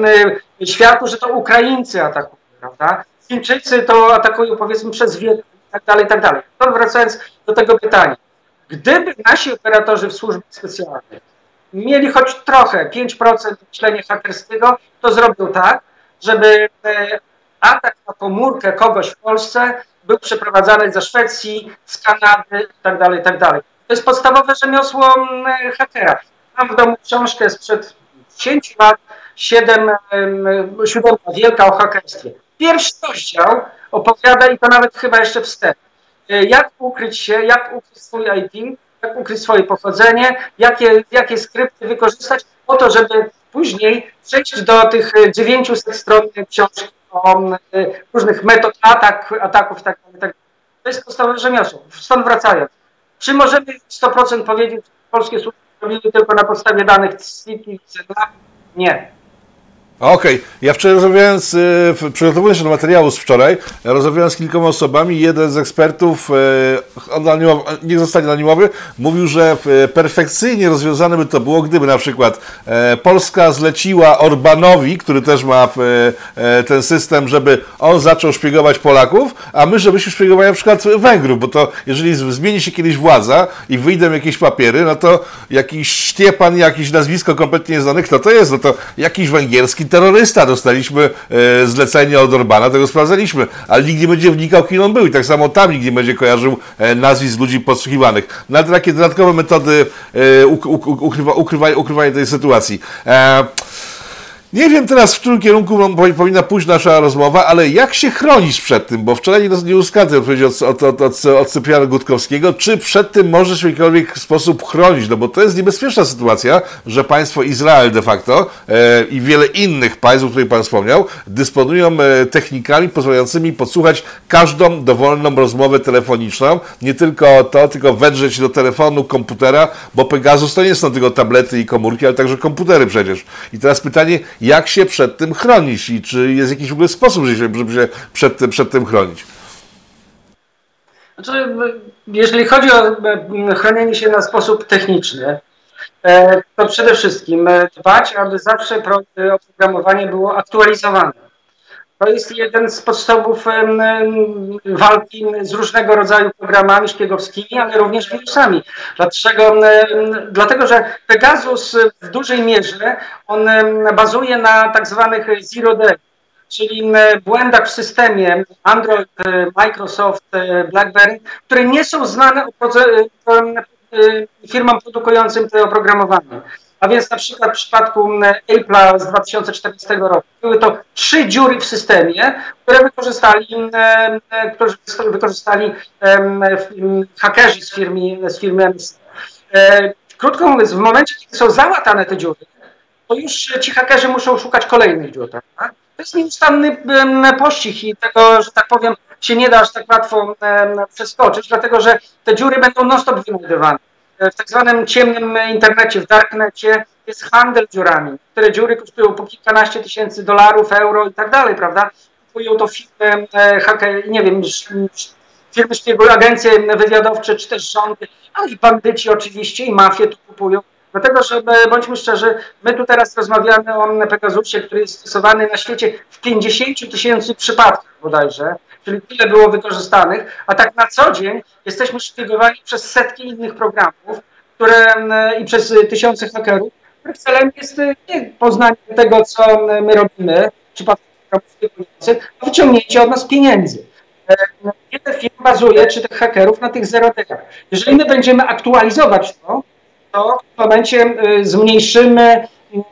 [SPEAKER 2] światu, że to Ukraińcy atakują, prawda? Chińczycy to atakują powiedzmy przez wiek i tak dalej, i tak dalej. To wracając do tego pytania. Gdyby nasi operatorzy w służbach specjalnych mieli choć trochę, pięć procent myślenia hakerskiego, to zrobią tak, żeby atak na komórkę kogoś w Polsce był przeprowadzany ze Szwecji, z Kanady itd., itd. To jest podstawowe rzemiosło hakera. Mam w domu książkę sprzed dziesięciu lat, siedem, siódemka wielka o hakerstwie. Pierwszy rozdział opowiada, i to nawet chyba jeszcze wstęp, jak ukryć się, jak ukryć swój I P, jak ukryć swoje pochodzenie, jakie, jakie skrypty wykorzystać po to, żeby później przejść do tych dziewięciuset stron książki o różnych metod atak, ataków itd. Tak. To jest podstawowe rzemiosło. Stąd wracając. Czy możemy sto procent powiedzieć, że polskie służby robiły tylko na podstawie danych C I T I? Nie.
[SPEAKER 1] Okej, okay. Ja wczoraj rozmawiając, yy, przygotowując się do materiału z wczoraj, rozmawiałem z kilkoma osobami, jeden z ekspertów, yy, nie zostanie anonimowy, mówił, że yy, perfekcyjnie rozwiązane by to było, gdyby na przykład yy, Polska zleciła Orbanowi, który też ma yy, ten system, żeby on zaczął szpiegować Polaków, a my, żebyśmy szpiegowali na przykład Węgrów, bo to jeżeli zmieni się kiedyś władza i wyjdą jakieś papiery, no to jakiś Sztiepan, jakieś nazwisko kompletnie nieznane, kto to jest, no to jakiś węgierski terrorysta, dostaliśmy e, zlecenie od Orbana, tego sprawdzaliśmy, ale nikt nie będzie wnikał, kim on był i tak samo tam nikt nie będzie kojarzył e, nazwisk ludzi podsłuchiwanych. Na takie dodatkowe metody e, ukrywa, ukrywa, ukrywania tej sytuacji. E, Nie wiem teraz, w którym kierunku powinna pójść nasza rozmowa, ale jak się chronić przed tym, bo wczoraj nie uzyskałem odpowiedzi od, od, od, od, od Cypriana Gutkowskiego, czy przed tym może się w jakikolwiek sposób chronić, no bo to jest niebezpieczna sytuacja, że państwo Izrael de facto e, i wiele innych państw, o których pan wspomniał, dysponują e, technikami pozwalającymi podsłuchać każdą dowolną rozmowę telefoniczną, nie tylko to, tylko wedrzeć się do telefonu, komputera, bo Pegasus to nie są tylko tablety i komórki, ale także komputery przecież. I teraz pytanie, jak się przed tym chronić i czy jest jakiś w ogóle sposób, żeby się przed tym, przed tym chronić?
[SPEAKER 2] Znaczy, jeżeli chodzi o chronienie się na sposób techniczny, to przede wszystkim dbać, aby zawsze oprogramowanie było aktualizowane. To jest jeden z podstawów walki z różnego rodzaju programami szpiegowskimi, ale również wirusami. Dlaczego? Dlatego, że Pegasus w dużej mierze on bazuje na tak zwanych zero day. czyli błędach w systemie Android, Microsoft, BlackBerry, które nie są znane firmom produkującym te oprogramowanie. A więc na przykład w przypadku Apple'a z dwa tysiące czternastego roku były to trzy dziury w systemie, które wykorzystali, które wykorzystali hakerzy z firmy, z firmy M S. Krótko mówiąc, w momencie, kiedy są załatane te dziury, to już ci hakerzy muszą szukać kolejnych dziur. Tak? To jest nieustanny pościg i tego, że tak powiem, się nie da aż tak łatwo przeskoczyć, dlatego że te dziury będą non-stop wynajdywane. W tak zwanym ciemnym internecie, w darknecie jest handel dziurami. Które dziury kosztują po kilkanaście tysięcy dolarów, euro i tak dalej, prawda? Kupują to firmy, haker, nie wiem, firmy szpiegu, agencje wywiadowcze, czy też rządy, ale i bandyci oczywiście, i mafie tu kupują. Dlatego, że bądźmy szczerzy, my tu teraz rozmawiamy o Pegasusie, który jest stosowany na świecie w pięćdziesięciu tysięcy przypadkach bodajże, czyli tyle było wykorzystanych, a tak na co dzień jesteśmy szpiegowani przez setki innych programów, które i przez tysiące hakerów, których celem jest nie poznanie tego, co my robimy, w przypadku programów, a wyciągnięcie od nas pieniędzy. Wiele firm bazuje, czy tych hakerów, na tych zero-dayach. Jeżeli my będziemy aktualizować to, to w momencie zmniejszymy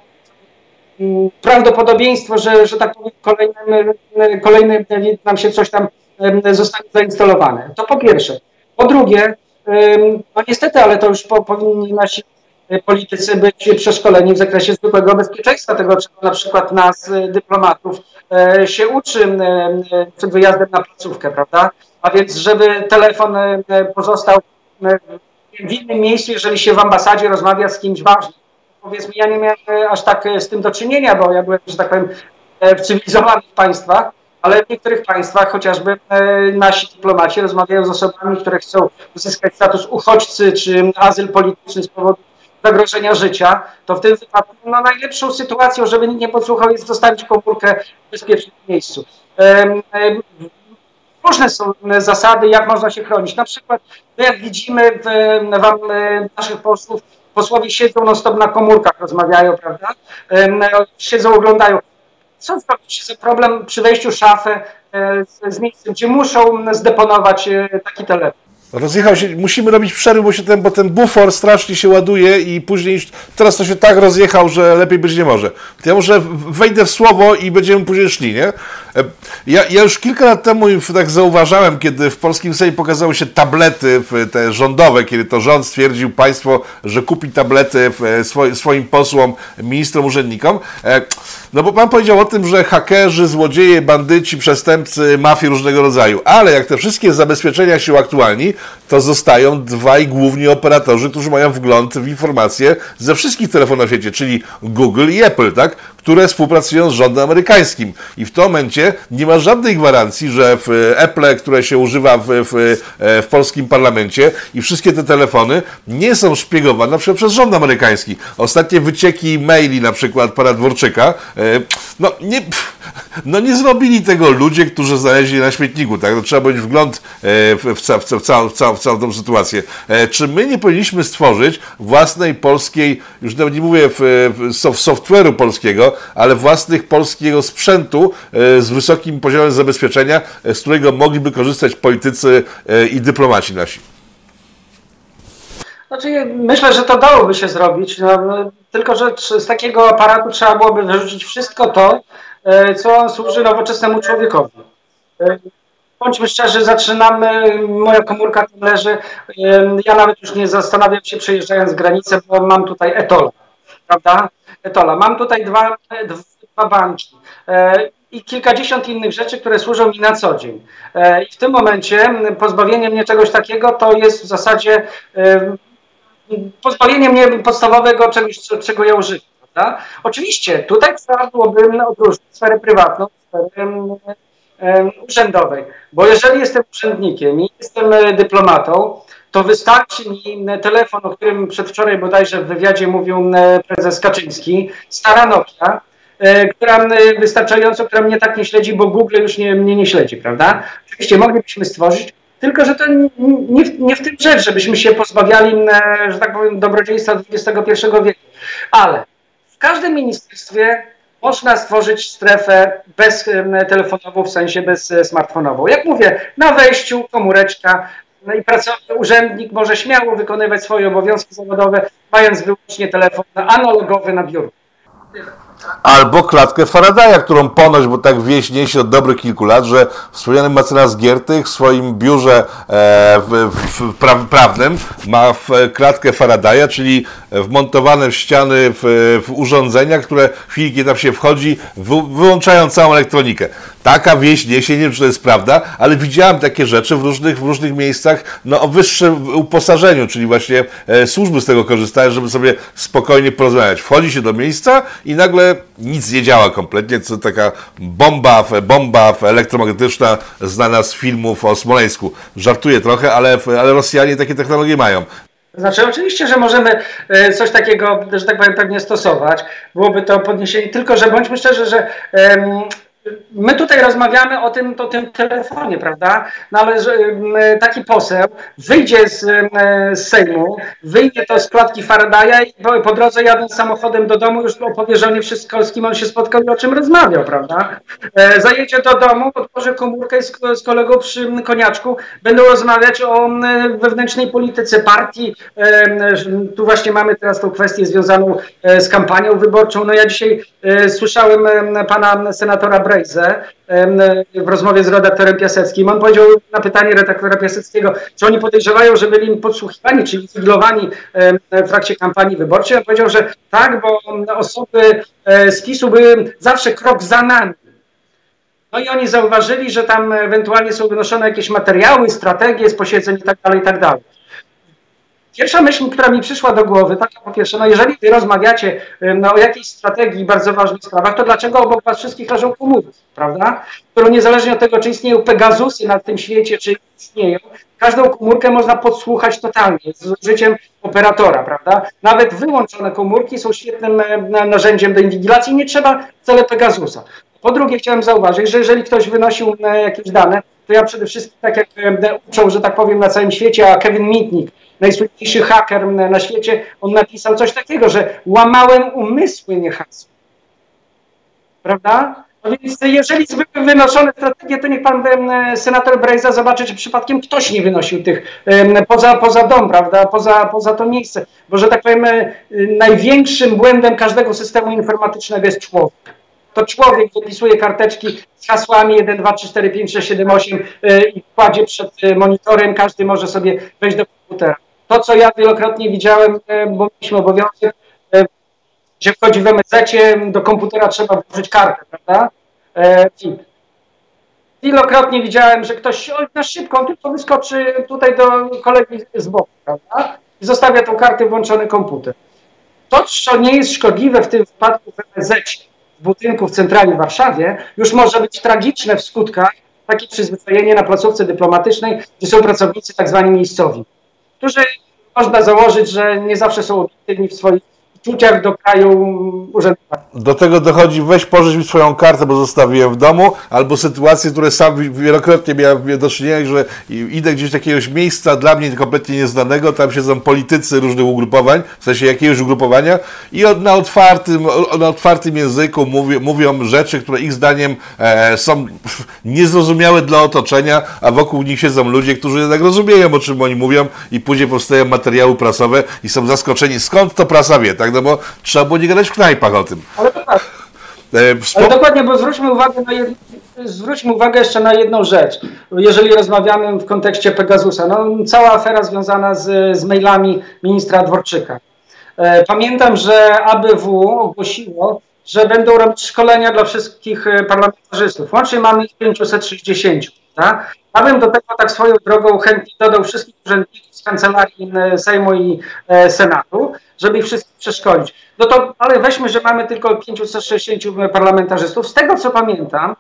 [SPEAKER 2] prawdopodobieństwo, że, że tak powiem, kolejny, kolejny nam się coś tam zostanie zainstalowane. To po pierwsze. Po drugie, no niestety, ale to już po, powinni nasi politycy być przeszkoleni w zakresie zwykłego bezpieczeństwa, tego czego na przykład nas, dyplomatów, się uczy przed wyjazdem na placówkę, prawda? A więc, żeby telefon pozostał w innym miejscu, jeżeli się w ambasadzie rozmawia z kimś ważnym. Powiedzmy, ja nie miałem aż tak z tym do czynienia, bo ja byłem, że tak powiem, w cywilizowanych państwach, ale w niektórych państwach chociażby nasi dyplomaci rozmawiają z osobami, które chcą uzyskać status uchodźcy czy azyl polityczny z powodu zagrożenia życia, to w tym wypadku no, najlepszą sytuacją, żeby nikt nie podsłuchał, jest zostawić komórkę w bezpiecznym miejscu. Różne są zasady, jak można się chronić. Na przykład, jak widzimy, w, w naszych posłów, posłowie siedzą non-stop na komórkach, rozmawiają, prawda? Siedzą, oglądają. Co zrobić za problem przy wejściu szafy z, z miejscem, gdzie muszą zdeponować taki telefon?
[SPEAKER 1] Rozjechał się, musimy robić przerwę, bo, się ten, bo ten bufor strasznie się ładuje i później, teraz to się tak rozjechał, że lepiej być nie może. To ja może wejdę w słowo i będziemy później szli, nie? Ja, ja już kilka lat temu tak zauważałem, kiedy w polskim Sejmie pokazały się tablety te rządowe, kiedy to rząd stwierdził państwo, że kupi tablety swoim, swoim posłom, ministrom, urzędnikom. No bo pan powiedział o tym, że hakerzy, złodzieje, bandyci, przestępcy, mafie różnego rodzaju, ale jak te wszystkie zabezpieczenia się uaktualni, to zostają dwaj główni operatorzy, którzy mają wgląd w informacje ze wszystkich telefonów w świecie, czyli Google i Apple, tak? Które współpracują z rządem amerykańskim. I w tym momencie nie ma żadnej gwarancji, że w Apple, które się używa w, w, w polskim parlamencie i wszystkie te telefony nie są szpiegowane na przykład przez rząd amerykański. Ostatnie wycieki maili na przykład pana Dworczyka, no nie, no nie zrobili tego ludzie, którzy znaleźli na śmietniku, tak? No, trzeba mieć wgląd w, w, w, w, całą, w, całą, w całą tą sytuację. Czy my nie powinniśmy stworzyć własnej polskiej, już nawet nie mówię w, w software'u polskiego, ale własnych polskiego sprzętu z wysokim poziomem zabezpieczenia, z którego mogliby korzystać politycy i dyplomaci nasi?
[SPEAKER 2] Znaczy, myślę, że to dałoby się zrobić, no, tylko że z takiego aparatu trzeba byłoby wyrzucić wszystko to, co służy nowoczesnemu człowiekowi. Bądźmy szczerzy, zaczynamy, moja komórka tam leży, ja nawet już nie zastanawiam się przejeżdżając granicę, bo mam tutaj Etola, prawda? Etola. Mam tutaj dwa, dwa banki i kilkadziesiąt innych rzeczy, które służą mi na co dzień. I w tym momencie pozbawienie mnie czegoś takiego to jest w zasadzie pozbawienie mnie podstawowego czegoś, czego ja używam. Prawda? Oczywiście tutaj trzeba byłoby odróżnić sferę prywatną od sfery urzędowej, bo jeżeli jestem urzędnikiem i jestem dyplomatą, to wystarczy mi telefon, o którym przedwczoraj bodajże w wywiadzie mówił prezes Kaczyński, stara Nokia, która wystarczająco, która mnie tak nie śledzi, bo Google już nie, mnie nie śledzi, prawda? Oczywiście moglibyśmy stworzyć, tylko że to nie w, nie w tym rzecz, żebyśmy się pozbawiali, że tak powiem, dobrodziejstwa dwudziestego pierwszego wieku. Ale w każdym ministerstwie można stworzyć strefę beztelefonową, w sensie bezsmartfonową. Jak mówię, na wejściu komóreczka, no i pracownik, urzędnik może śmiało wykonywać swoje obowiązki zawodowe, mając wyłącznie telefon analogowy na biurku.
[SPEAKER 1] Albo klatkę Faradaya, którą ponoć, bo tak wieść niesie od dobrych kilku lat, że wspomniany mecenas Giertych w swoim biurze e, w, w, pra, prawnym ma w klatkę Faradaya, czyli wmontowane w ściany w, w urządzenia, które w chwili, kiedy tam się wchodzi, wy, wyłączają całą elektronikę. Taka wieść niesie, nie wiem, czy to jest prawda, ale widziałem takie rzeczy w różnych, w różnych miejscach no, o wyższym uposażeniu, czyli właśnie e, służby z tego korzystają, żeby sobie spokojnie porozmawiać. Wchodzi się do miejsca i nagle nic nie działa kompletnie, co taka bomba, bomba elektromagnetyczna znana z filmów o Smoleńsku. Żartuję trochę, ale, ale Rosjanie takie technologie mają.
[SPEAKER 2] Znaczy oczywiście, że możemy coś takiego, że tak powiem, pewnie stosować. Byłoby to podniesienie, tylko że bądźmy szczerzy, że um, my tutaj rozmawiamy o tym, o tym telefonie, prawda? No ale że, taki poseł wyjdzie z, z Sejmu, wyjdzie to z klatki Faradaya i po, po drodze jadąc samochodem do domu już opowie żonie wszystko, z kim on się spotkał i o czym rozmawiał, prawda? E, zajedzie do domu, otworzy komórkę z, z kolegą przy koniaczku, będą rozmawiać o wewnętrznej polityce partii. E, tu właśnie mamy teraz tą kwestię związaną z kampanią wyborczą. No ja dzisiaj e, słyszałem pana senatora Brejzę w rozmowie z redaktorem Piaseckim. On powiedział na pytanie redaktora Piaseckiego, czy oni podejrzewają, że byli podsłuchiwani, czyli inwigilowani w trakcie kampanii wyborczej. On powiedział, że tak, bo osoby z PiS-u były zawsze krok za nami. No i oni zauważyli, że tam ewentualnie są wynoszone jakieś materiały, strategie z posiedzeń i tak dalej, i tak dalej. Pierwsza myśl, która mi przyszła do głowy, taka po pierwsze, no jeżeli wy rozmawiacie no, o jakiejś strategii i bardzo ważnych sprawach, to dlaczego obok was wszystkich leżą komórki, prawda? Które niezależnie od tego, czy istnieją Pegasusy na tym świecie, czy istnieją, każdą komórkę można podsłuchać totalnie z użyciem operatora, prawda? Nawet wyłączone komórki są świetnym narzędziem do inwigilacji, nie trzeba wcale Pegasusa. Po drugie, chciałem zauważyć, że jeżeli ktoś wynosił jakieś dane, to ja przede wszystkim, tak jak uczą, że tak powiem, na całym świecie, a Kevin Mitnick, najsłynniejszy haker na świecie, on napisał coś takiego, że łamałem umysły, nie hasła. Prawda? No więc jeżeli były wynoszone strategie, to niech pan senator Brejza zobaczy, czy przypadkiem ktoś nie wynosił tych poza, poza dom, prawda? Poza, poza to miejsce. Bo, że tak powiem, największym błędem każdego systemu informatycznego jest człowiek. To człowiek wypisuje karteczki z hasłami jeden, dwa, trzy, cztery, pięć, sześć, siedem, osiem i kładzie przed monitorem. Każdy może sobie wejść do komputera. To, co ja wielokrotnie widziałem, bo mieliśmy obowiązek, że wchodzi w em es zecie, do komputera trzeba włożyć kartę, prawda? Chip. Wielokrotnie widziałem, że ktoś na szybko, on tylko wyskoczy tutaj do kolegi z boku, prawda? I zostawia tą kartę włączony komputer. To, co nie jest szkodliwe w tym wypadku w em es zecie, w budynku w centrali w Warszawie, już może być tragiczne w skutkach, takie przyzwyczajenie na placówce dyplomatycznej, gdzie są pracownicy tak zwani miejscowi, którzy można założyć, że nie zawsze są obiektywni w swoich uczuciach do kraju urzędowania.
[SPEAKER 1] Do tego dochodzi, weź pożycz mi swoją kartę, bo zostawiłem w domu, albo sytuacje, które sam wielokrotnie miałem do czynienia, że idę gdzieś do jakiegoś miejsca dla mnie kompletnie nieznanego, tam siedzą politycy różnych ugrupowań, w sensie jakiegoś ugrupowania i na otwartym, na otwartym języku mówią, mówią rzeczy, które ich zdaniem e, są niezrozumiałe dla otoczenia, a wokół nich siedzą ludzie, którzy jednak rozumieją, o czym oni mówią i później powstają materiały prasowe i są zaskoczeni, skąd to prasa wie, tak? No bo trzeba było nie gadać w knajpach o tym.
[SPEAKER 2] Ale, tak. Ale dokładnie, bo zwróćmy uwagę, na jed... zwróćmy uwagę jeszcze na jedną rzecz. Jeżeli rozmawiamy w kontekście Pegasusa, no, cała afera związana z, z mailami ministra Dworczyka. Pamiętam, że A B W ogłosiło, że będą robić szkolenia dla wszystkich parlamentarzystów. Łącznie mamy ich pięćset sześćdziesiąt. Tak? Ja bym do tego tak swoją drogą chętnie dodał wszystkich urzędników z Kancelarii Sejmu i Senatu, żeby ich wszystkich przeszkolić. No to, ale weźmy, że mamy tylko pięćset sześćdziesiąt parlamentarzystów. Z tego, co pamiętam,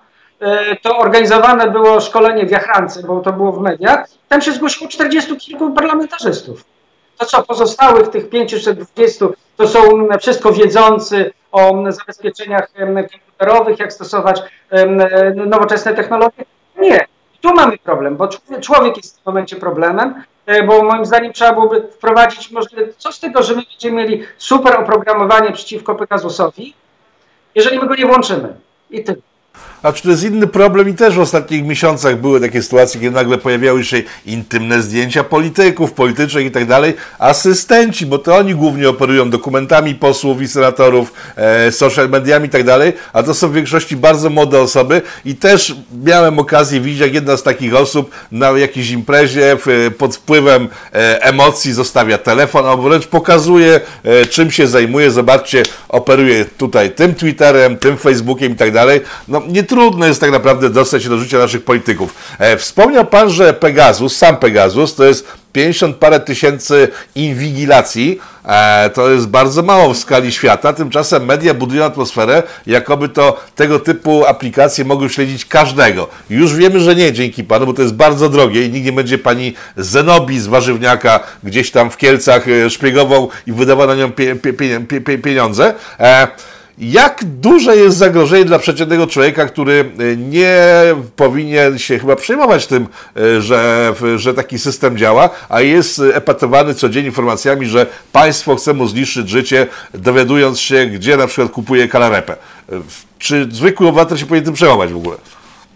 [SPEAKER 2] to organizowane było szkolenie w Jachrance, bo to było w mediach. Tam się zgłosiło czterdziestu kilku parlamentarzystów. To co, pozostałych tych pięćset dwudziestu to są wszystko wiedzący o zabezpieczeniach komputerowych, jak stosować nowoczesne technologie? Nie. Tu mamy problem, bo człowiek jest w tym momencie problemem, bo moim zdaniem trzeba byłoby wprowadzić możliwe, co z tego, że my będziemy mieli super oprogramowanie przeciwko Pegasusowi, jeżeli my go nie włączymy. I tyle.
[SPEAKER 1] A czy to jest inny problem i też w ostatnich miesiącach były takie sytuacje, kiedy nagle pojawiały się intymne zdjęcia polityków, polityczek i tak dalej, asystenci, bo to oni głównie operują dokumentami posłów i senatorów, e, social mediami i tak dalej, a to są w większości bardzo młode osoby i też miałem okazję widzieć, jak jedna z takich osób na jakiejś imprezie w, pod wpływem e, emocji zostawia telefon, albo wręcz pokazuje, e, czym się zajmuje. Zobaczcie, operuje tutaj tym Twitterem, tym Facebookiem i tak dalej. No nie trudno jest tak naprawdę dostać się do życia naszych polityków. E, wspomniał Pan, że Pegasus, sam Pegasus, to jest pięćdziesiąt parę tysięcy inwigilacji. E, to jest bardzo mało w skali świata. Tymczasem media budują atmosferę, jakoby to tego typu aplikacje mogły śledzić każdego. Już wiemy, że nie, dzięki Panu, bo to jest bardzo drogie i nikt nie będzie Pani Zenobii z warzywniaka gdzieś tam w Kielcach e, szpiegował i wydawał na nią pie, pie, pie, pie, pieniądze. E, Jak duże jest zagrożenie dla przeciętnego człowieka, który nie powinien się chyba przejmować tym, że, że taki system działa, a jest epatowany codziennie informacjami, że państwo chce mu zniszczyć życie, dowiadując się, gdzie na przykład kupuje kalarepę. Czy zwykły obywatel się powinien tym przejmować w ogóle?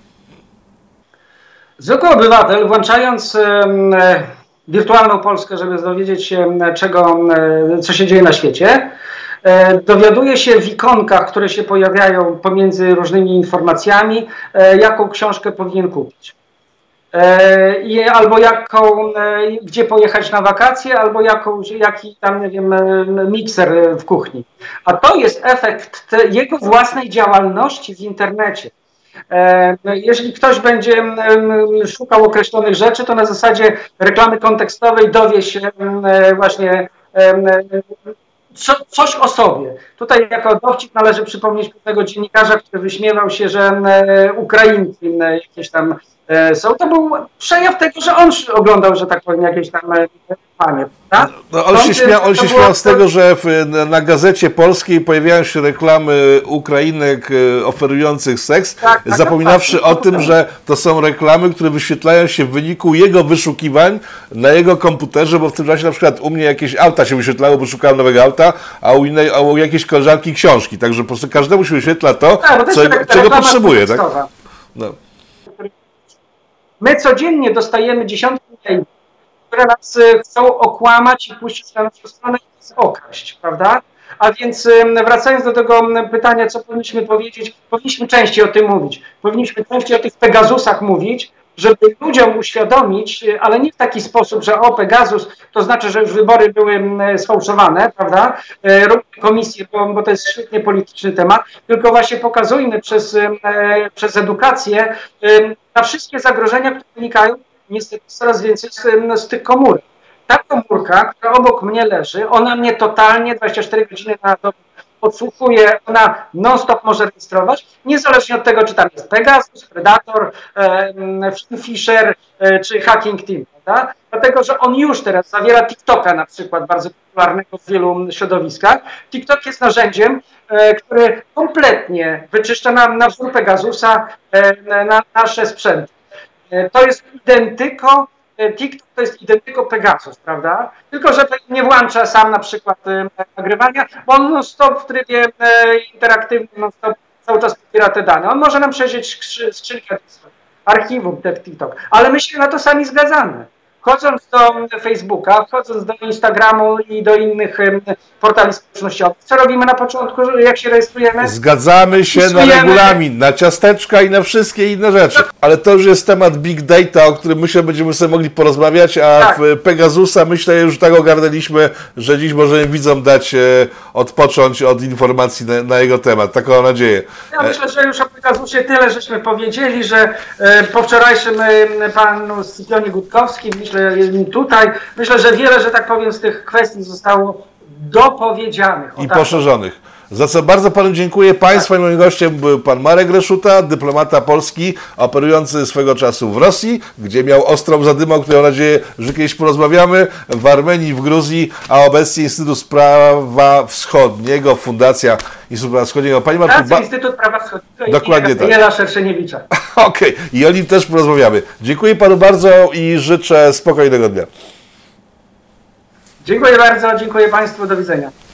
[SPEAKER 2] Zwykły obywatel, włączając um, wirtualną Polskę, żeby dowiedzieć się, czego, co się dzieje na świecie, dowiaduje się w ikonkach, które się pojawiają pomiędzy różnymi informacjami, jaką książkę powinien kupić. I albo jaką, gdzie pojechać na wakacje, albo jaką, jaki tam, nie wiem, mikser w kuchni. A to jest efekt jego własnej działalności w internecie. Jeżeli ktoś będzie szukał określonych rzeczy, to na zasadzie reklamy kontekstowej dowie się właśnie Co, coś o sobie. Tutaj jako dowcip należy przypomnieć pewnego dziennikarza, który wyśmiewał się, że e, Ukrainki e, jakieś tam e, są. To był przejaw tego, że on oglądał, że tak powiem, jakieś tam e, panie. Tak?
[SPEAKER 1] No, on się śmiał, on się śmiał było... z tego, że w, na Gazecie Polskiej pojawiają się reklamy Ukrainek oferujących seks, tak, tak, zapominawszy tak, tak, o tym, tak. że to są reklamy, które wyświetlają się w wyniku jego wyszukiwań na jego komputerze, bo w tym czasie na przykład u mnie jakieś auta się wyświetlało, bo szukałem nowego auta, a u, innej, a u jakiejś koleżanki książki. Także po prostu każdemu się wyświetla to, tak, to co, czego potrzebuje. Tak? No.
[SPEAKER 2] My codziennie dostajemy dziesiątki maili, które nas chcą okłamać i puścić na naszą stronę i okraść, prawda? A więc wracając do tego pytania, co powinniśmy powiedzieć, powinniśmy częściej o tym mówić. Powinniśmy częściej o tych Pegasusach mówić, żeby ludziom uświadomić, ale nie w taki sposób, że o Pegasus, to znaczy, że już wybory były sfałszowane, prawda? Róbmy komisję, bo, bo to jest świetnie polityczny temat, tylko właśnie pokazujmy przez, przez edukację na wszystkie zagrożenia, które wynikają niestety coraz więcej z, z tych komórek. Ta komórka, która obok mnie leży, ona mnie totalnie dwadzieścia cztery godziny na dobę podsłuchuje, ona non-stop może rejestrować, niezależnie od tego, czy tam jest Pegasus, Predator, e, Fisher e, czy Hacking Team, prawda? Dlatego, że on już teraz zawiera TikToka na przykład, bardzo popularnego w wielu środowiskach. TikTok jest narzędziem, e, który kompletnie wyczyszcza nam na wzór Pegasusa e, na nasze sprzęty. E, to jest identyko TikTok to jest identyko Pegasus, prawda? Tylko że nie włącza sam na przykład e, nagrywania, bo on non-stop w trybie e, interaktywnym non-stop cały czas pobiera te dane. On może nam przejrzeć skrzy, skrzynkę archiwum TikTok, ale my się na to sami zgadzamy. Wchodząc do Facebooka, wchodząc do Instagramu i do innych um, portali społecznościowych, co robimy na początku, jak się rejestrujemy?
[SPEAKER 1] Zgadzamy się Wpisujemy. na regulamin, na ciasteczka i na wszystkie inne rzeczy. Ale to już jest temat big data, o którym myślę, będziemy sobie mogli porozmawiać, a tak. w Pegasusa myślę, że już tak ogarnęliśmy, że dziś możemy widzom dać e, odpocząć od informacji na, na jego temat. Taką mam nadzieję.
[SPEAKER 2] Ja myślę, że już o Pegasusie tyle żeśmy powiedzieli, że e, po wczorajszym e, panu Scipionie Gutkowskim, myślę tutaj, myślę, że wiele, że tak powiem, z tych kwestii zostało dopowiedzianych.
[SPEAKER 1] I tak poszerzonych. Za co bardzo Panu dziękuję. Państwa i moim gościem był Pan Marek Reszuta, dyplomata polski, operujący swego czasu w Rosji, gdzie miał ostrą zadymę, o której mam nadzieję, że kiedyś porozmawiamy, w Armenii, w Gruzji, a obecnie Instytut Prawa Wschodniego, Fundacja Instytutu Prawa Wschodniego. Panie Marku,
[SPEAKER 2] ba... Instytut Prawa Wschodniego
[SPEAKER 1] Dokładnie tak.
[SPEAKER 2] Gabriela Szerszeniewicza.
[SPEAKER 1] Okej, okay. I o nim też porozmawiamy. Dziękuję Panu bardzo i życzę spokojnego dnia.
[SPEAKER 2] Dziękuję bardzo, dziękuję Państwu, do widzenia.